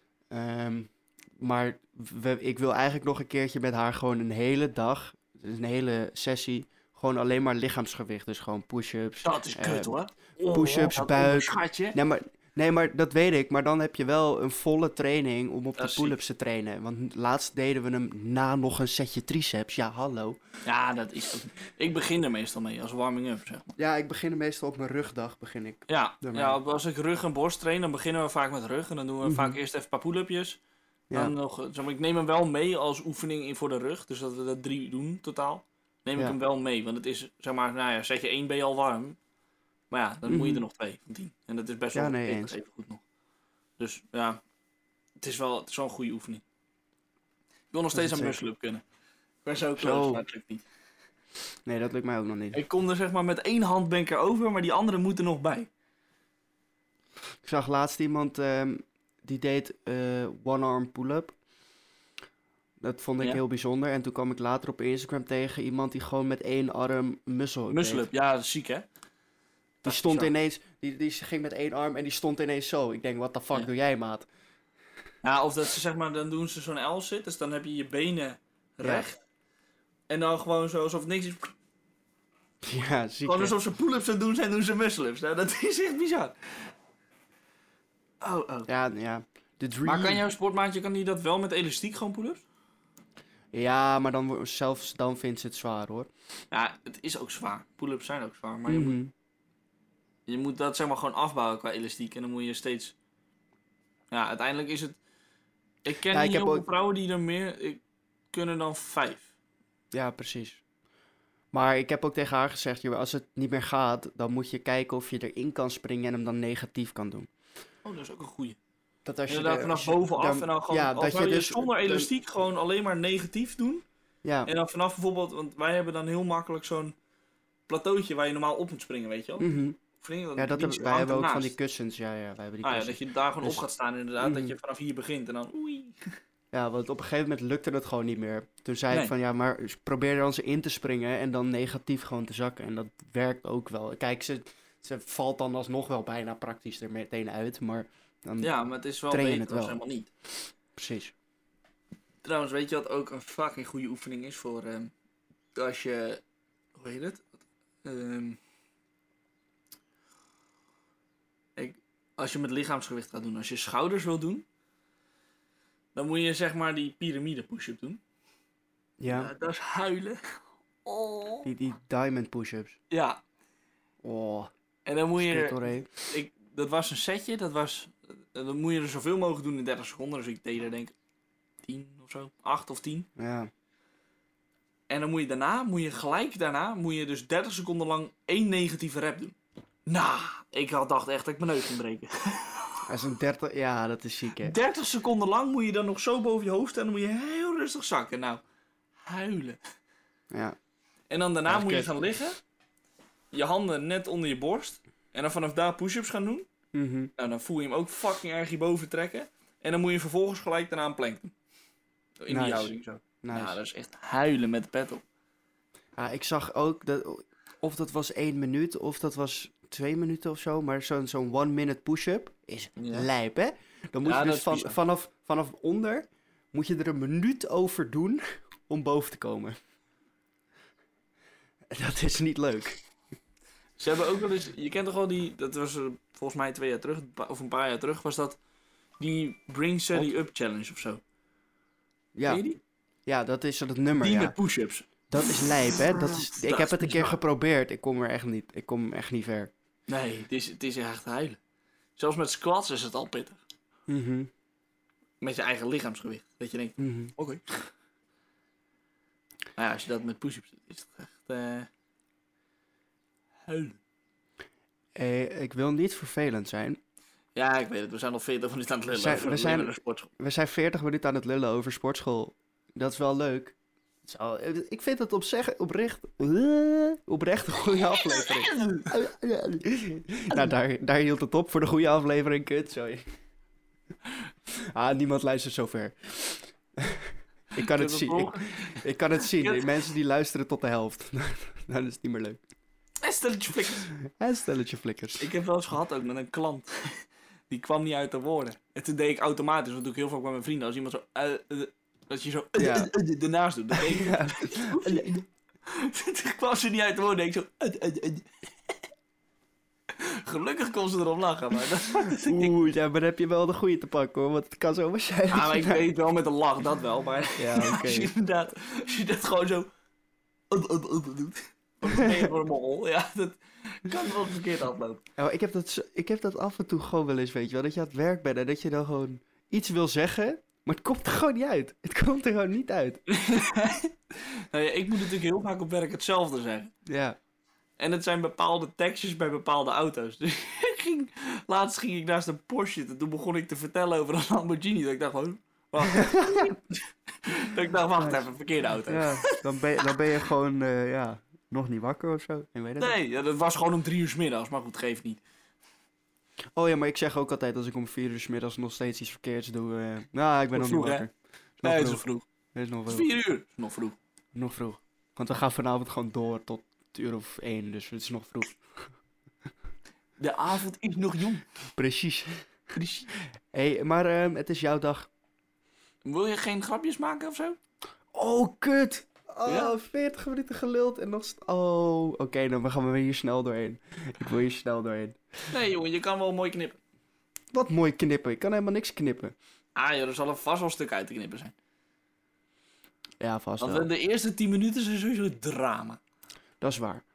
Maar ik wil eigenlijk nog een keertje met haar gewoon een hele dag, een hele sessie, gewoon alleen maar lichaamsgewicht. Dus gewoon push-ups. Dat is kut hoor. push-ups, dat buik. Schatje. Nee, maar dat weet ik. Maar dan heb je wel een volle training om op Dat de is pull-ups te trainen. Want laatst deden we hem na nog een setje triceps. Ja, hallo. Ja, dat is ook... Ik begin er meestal mee als warming-up, zeg maar. Ja, ik begin meestal op mijn rugdag, begin ik. Ja, Daarmee. ja, als ik rug en borst train, dan beginnen we vaak met rug. En dan doen we vaak eerst even een paar pull-upjes. Ja. Dan nog, zeg maar, ik neem hem wel mee als oefening voor de rug. Dus dat we dat 3 doen totaal. Neem ik Ja. hem wel mee. Want het is, zeg maar, nou ja, zet je 1 ben je al warm. Maar ja, dan moet je er nog 2 van 10. En dat is best Ja, wel nee, pittig, eens. even goed nog. Dus ja, het is wel een goede oefening. wil nog steeds Dat aan is het muscle-up kunnen. Ik ben zo Zo. close, maar het lukt niet. Nee, dat lukt mij ook nog niet. Ik kom er zeg maar met 1 hand ben ik er over, maar die andere moet er nog bij. Ik zag laatst iemand die deed one-arm pull-up. Dat vond ik Ja. heel bijzonder. En toen kwam ik later op Instagram tegen iemand die gewoon met 1 arm muscle-up deed. Muscle-up, ja, dat is ziek hè? Die Dat is stond bizar. ineens, die ging met 1 arm en die stond ineens zo. Ik denk, what the fuck Ja. doe jij, maat? Ja, of dat ze zeg maar, dan doen ze zo'n L-sit, dus dan heb je je benen recht. En dan gewoon zo alsof niks is. Ja, ziek. Gewoon hè? alsof ze pull-ups aan het doen zijn, doen ze muscle-ups. Nou, dat is echt bizar. Oh. Ja. De dream. Maar kan jouw sportmaatje, kan die dat wel met elastiek gewoon pull-ups? Ja, maar dan, zelfs dan vindt ze het zwaar, hoor. Ja, het is ook zwaar. Pull-ups zijn ook zwaar. Maar Mhm. je moet dat zeg maar gewoon afbouwen qua elastiek. En dan moet je steeds... Ja, uiteindelijk is het... Ik ken Ja, ik niet heb heel veel ook- vrouwen die er meer kunnen dan 5. Ja, precies. Maar ik heb ook tegen haar gezegd, joh, als het niet meer gaat, dan moet je kijken of je erin kan springen en hem dan negatief kan doen. Oh, dat is ook een goeie. Dat als je Inderdaad, er- vanaf als je bovenaf dan- en dan gewoon... ja, als dat zou je je dus zonder dan- elastiek gewoon alleen maar negatief doen. Ja. En dan vanaf bijvoorbeeld... Want wij hebben dan heel makkelijk zo'n plateautje waar je normaal op moet springen, weet je wel? Mhm. Springen, Ja, dat dingetje wij hangt hebben ook van ernaast. die kussens. Ja, wij hebben die Ah ja, kussens. dat je daar gewoon Dus- op gaat staan inderdaad. Mhm. Dat je vanaf hier begint en dan... Oei. Ja, want op een gegeven moment lukte het gewoon niet meer. Toen zei Nee. ik van, ja, maar probeer dan ze in te springen en dan negatief gewoon te zakken. En dat werkt ook wel. Kijk, ze valt dan alsnog wel bijna praktisch er meteen uit, maar dan... Ja, maar het is wel Train beter het dan wel. helemaal niet. Precies. Trouwens, weet je wat ook een fucking goede oefening is voor als je, hoe heet het? Als je met lichaamsgewicht gaat doen, als je schouders wil doen, dan moet je zeg maar die piramide push-up doen. Ja, Dat is huilen. Oh. die diamond push-ups. Ja, Oh, en dan moet skit je, hoor, hé. dat was een setje, dan moet je er zoveel mogelijk doen in 30 seconden. Dus ik deed er denk ik 10 of zo, 8 of 10. Ja. En dan moet je gelijk daarna, dus 30 seconden lang 1 negatieve rep doen. Nou, ik dacht echt dat ik mijn neus ging breken. Dat is een 30... Ja, dat is ziek, hè. 30 seconden lang moet je dan nog zo boven je hoofd en dan moet je heel rustig zakken. Nou, huilen. Ja. En dan daarna Ja, moet je kut. gaan liggen. Je handen net onder je borst. En dan vanaf daar push-ups gaan doen. Mhm. Nou, dan voel je hem ook fucking erg hierboven trekken. En dan moet je vervolgens gelijk daarna een plank doen. In Nice. die houding zo. Nice. Ja, dat is echt huilen met de pet op. Ja, ik zag ook, of dat was 1 minuut, of dat was 2 minuten of zo, maar zo'n 1 minute push-up is Ja. lijp, hè? Dan moet Ja, je dat dus is bizar. vanaf onder, moet je er een minuut over doen om boven te komen. Dat is niet leuk. Ze hebben ook wel eens, je kent toch wel dat was volgens mij 2 jaar terug, of een paar jaar terug, was dat die Bring Sally Up Challenge of zo. Ja, Ken je die? ja, dat is dat nummer, Die ja. met push-ups. Dat is lijp, hè? Ik Dat heb is het een keer bizar. geprobeerd, ik kom echt niet ver. Nee, het is echt huilen. Zelfs met squats is het al pittig. Mhm, Met je eigen lichaamsgewicht. Dat je denkt, mhm. oké. Nou ja, als je dat met push-ups doet, is het echt huilen. Ik wil niet vervelend zijn. Ja, ik weet het. We zijn al 40 minuten aan het lullen. Zijn- over we het zijn- leven naar de sportschool. We zijn 40 minuten aan het lullen over sportschool. Dat is wel leuk. Ik vind het oprecht een goede aflevering. Nou, daar hield het op voor de goede aflevering. Kut, sorry. Niemand luistert zover. Ik kan het zien. Ik kan het zien. Die mensen die luisteren tot de helft. Dan is het niet meer leuk. Stelletje flikkers. En stelletje flikkers. Ik heb wel eens gehad ook met een klant. Die kwam niet uit de woorden. En toen deed ik automatisch, dat doe ik heel vaak bij mijn vrienden. Als iemand zo... dat je zo... Ja. ernaast doet. Dan deed ik... Ja. Toen kwam ze niet uit de woorden. Deed ik zo... Gelukkig kon ze erop lachen. Maar dat... Oeh, ja, maar dan heb je wel de goede te pakken hoor. Want het kan zomaar zijn. Ja, maar ik deed het wel met een lach, dat wel. Maar Ja, oké. als je dat gewoon zo... doet... Dan ben je voor een mogol. Ja, dat kan wel verkeerd aflopen. Ja, ik heb dat af en toe gewoon wel eens, weet je wel. Dat je aan het werk bent en dat je dan gewoon iets wil zeggen, maar het komt er gewoon niet uit. Het komt er gewoon niet uit. Nou ja, ik moet natuurlijk heel vaak op werk hetzelfde zeggen. Ja. En het zijn bepaalde tekstjes bij bepaalde auto's. Dus laatst ging ik naast een Porsche zitten. Toen begon ik te vertellen over een Lamborghini. Dat ik dacht gewoon... Wacht. Ik dacht, wacht even, verkeerde auto. Ja, dan ben je gewoon nog niet wakker of zo. Ik weet het niet. Nee, ja, dat was gewoon om 3 uur 's middags, maar goed, geeft niet. Oh ja, maar ik zeg ook altijd als ik om 4 uur 's middags nog steeds iets verkeerds doe. Ik ben nog Vroeg, niet hè? wakker. Nee, het is vroeg. vroeg. Het is nog Het is vroeg. 4 uur. Het is nog vroeg. Nog vroeg. Want we gaan vanavond gewoon door tot het uur of 1, dus het is nog vroeg. De avond is nog jong. Precies. Precies. Maar het is jouw dag. Wil je geen grapjes maken of zo? Oh, kut! Oh, Ja? 40 minuten geluld en nog... Oké, dan gaan we hier snel doorheen. Ik wil hier snel doorheen. Nee, jongen, je kan wel mooi knippen. Wat mooi knippen. Ik kan helemaal niks knippen. Ah, joh, er zal er vast wel een stuk uit te knippen zijn. Ja, vast Want wel. de eerste 10 minuten zijn sowieso drama. Dat is waar.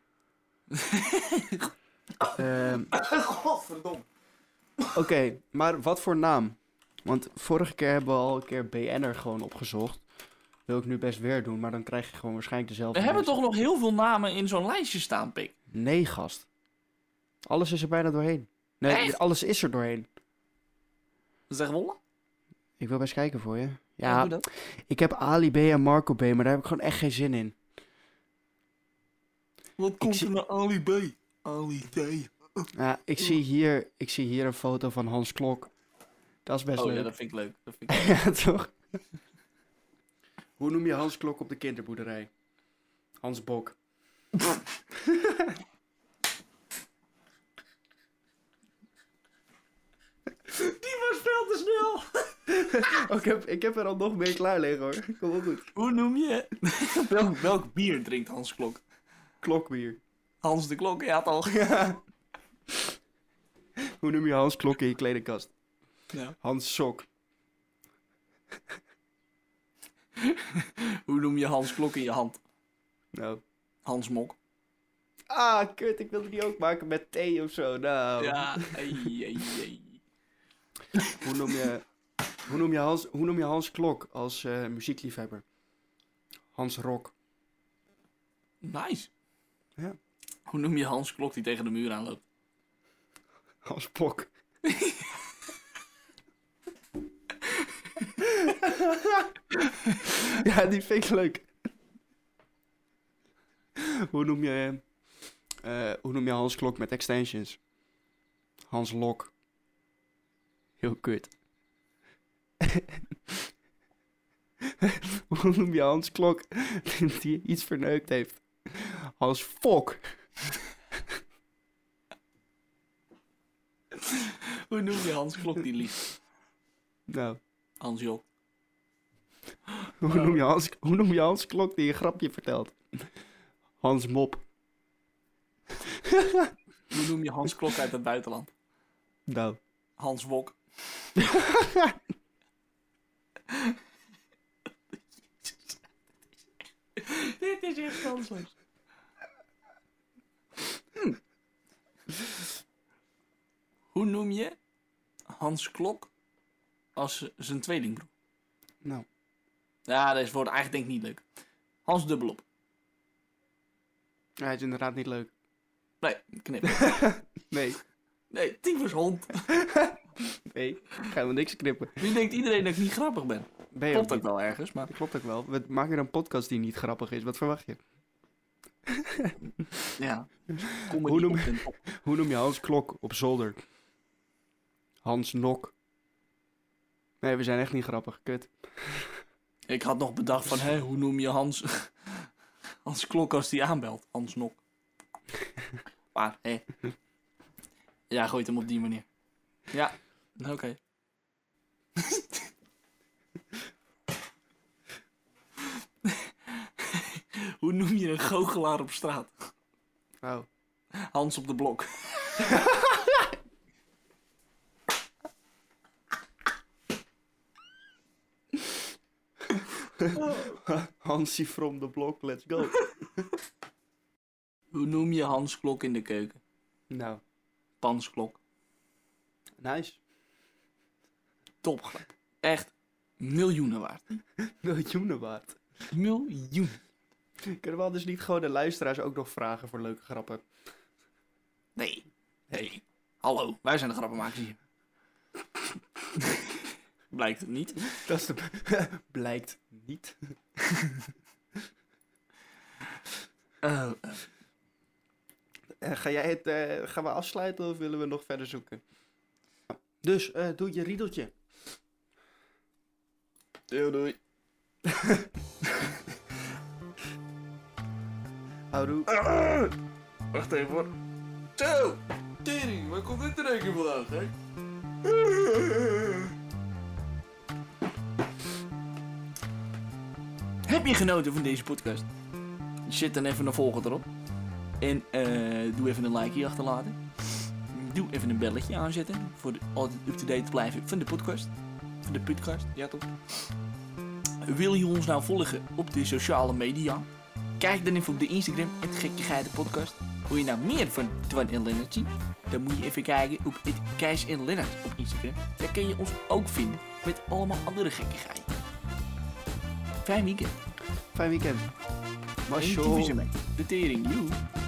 Godverdomme. Oké, maar wat voor naam? Want vorige keer hebben we al een keer BN'er gewoon opgezocht. Wil ik nu best weer doen, maar dan krijg je gewoon waarschijnlijk dezelfde We hebben mensen. toch nog heel veel namen in zo'n lijstje staan, Pik. Nee, gast. Alles is er bijna doorheen. Nee, Echt? alles is er doorheen. Zeg Wolle? Ik wil best kijken voor je. doe Ja, dat. ik heb Ali B en Marco B, maar daar heb ik gewoon echt geen zin in. Wat komt zie- er naar Ali B? Ali D. Ja, ik zie hier een foto van Hans Klok. Dat is best Oh leuk. ja, dat vind ik leuk. Dat vind ik leuk. Ja, toch? Hoe noem je Hans Klok op de kinderboerderij? Hans Bok. Die was veel te snel. Ik heb er al nog meer klaar liggen hoor. Kom wel goed. Hoe noem je? welk bier drinkt Hans Klok? Klokbier. Hans de Klok, ja toch? Ja. Hoe noem je Hans Klok in je kledingkast? Ja. Hans Sok. Hoe noem je Hans Klok in je hand? Nou. Hans Mok. Ah, kut. Ik wilde die ook maken met thee of zo. Nou. Ja, ei. Hoe noem je Hans Klok als muziekliefhebber? Hans Rock. Nice. Ja. Hoe noem je Hans Klok die tegen de muur aanloopt? Hans Pok. Ja, die vind ik leuk. Hoe noem je Hans Klok met extensions? Hans Lok. Heel kut. Hoe noem je Hans Klok die iets verneukt heeft? Hans Fok. Hoe noem je Hans Klok die liegt? Nou, Hans Jok. hoe noem je Hans Klok die een grapje vertelt? Hans Mop. Hoe noem je Hans Klok uit het buitenland? Nou. Hans Wok. Dit is echt kansloos. Hoe noem je Hans Klok als zijn tweelingbroer? Nou. Ja, deze wordt eigenlijk denk ik niet leuk. Hans Dubbelop. Ja, hij is inderdaad niet leuk. Nee, knip. Nee. Nee, tyfushond. Nee, gaan we niks knippen. Nu denkt iedereen dat ik niet grappig ben. Ben je Klopt ook ook niet? wel ergens, maar... Dat klopt ook wel. We maken een podcast die niet grappig is. Wat verwacht je? Ja. Hoe noem je- Comedy op. Hoe noem je Hans Klok op zolder? Hans Nok. Nee, we zijn echt niet grappig. Kut. Ik had nog bedacht van, hé, hoe noem je Hans... Hans Klok als die aanbelt? Hans Nok. Maar, hé. Ja, gooit hem op die manier. Ja, oké. Hoe noem je een goochelaar op straat? Oh. Hans op de blok. Hansie from the block, let's go. Hoe noem je Hans Klok in de keuken? Nou, Pansklok. nice. Top. Echt miljoenen waard. Miljoenen waard. Miljoen. Kunnen we dus niet gewoon de luisteraars ook nog vragen voor leuke grappen? Nee. Nee. Hallo, wij zijn de grappenmakers hier. Blijkt het niet. Dat is de... Blijkt niet. Gaan we afsluiten of willen we nog verder zoeken? Dus, doe je riedeltje. Doei. Houdoe. Wacht even hoor. Zo! Tering, waar komt dit er een keer vandaan, hè? Heb je genoten van deze podcast? Zet dan even een volger erop. En doe even een likeje achterlaten. Doe even een belletje aanzetten. Voor altijd up-to-date te blijven van de podcast. Van de podcast, ja toch? Wil je ons nou volgen op de sociale media? Kijk dan even op de Instagram, het Gekkigheidepodcast. Wil je nou meer van Twan en Lennart zien? Dan moet je even kijken op het Kees en Lennart op Instagram. Daar kun je ons ook vinden met allemaal andere gekkigheid. Fijn weekend. Fijn weekend. De tering, joe.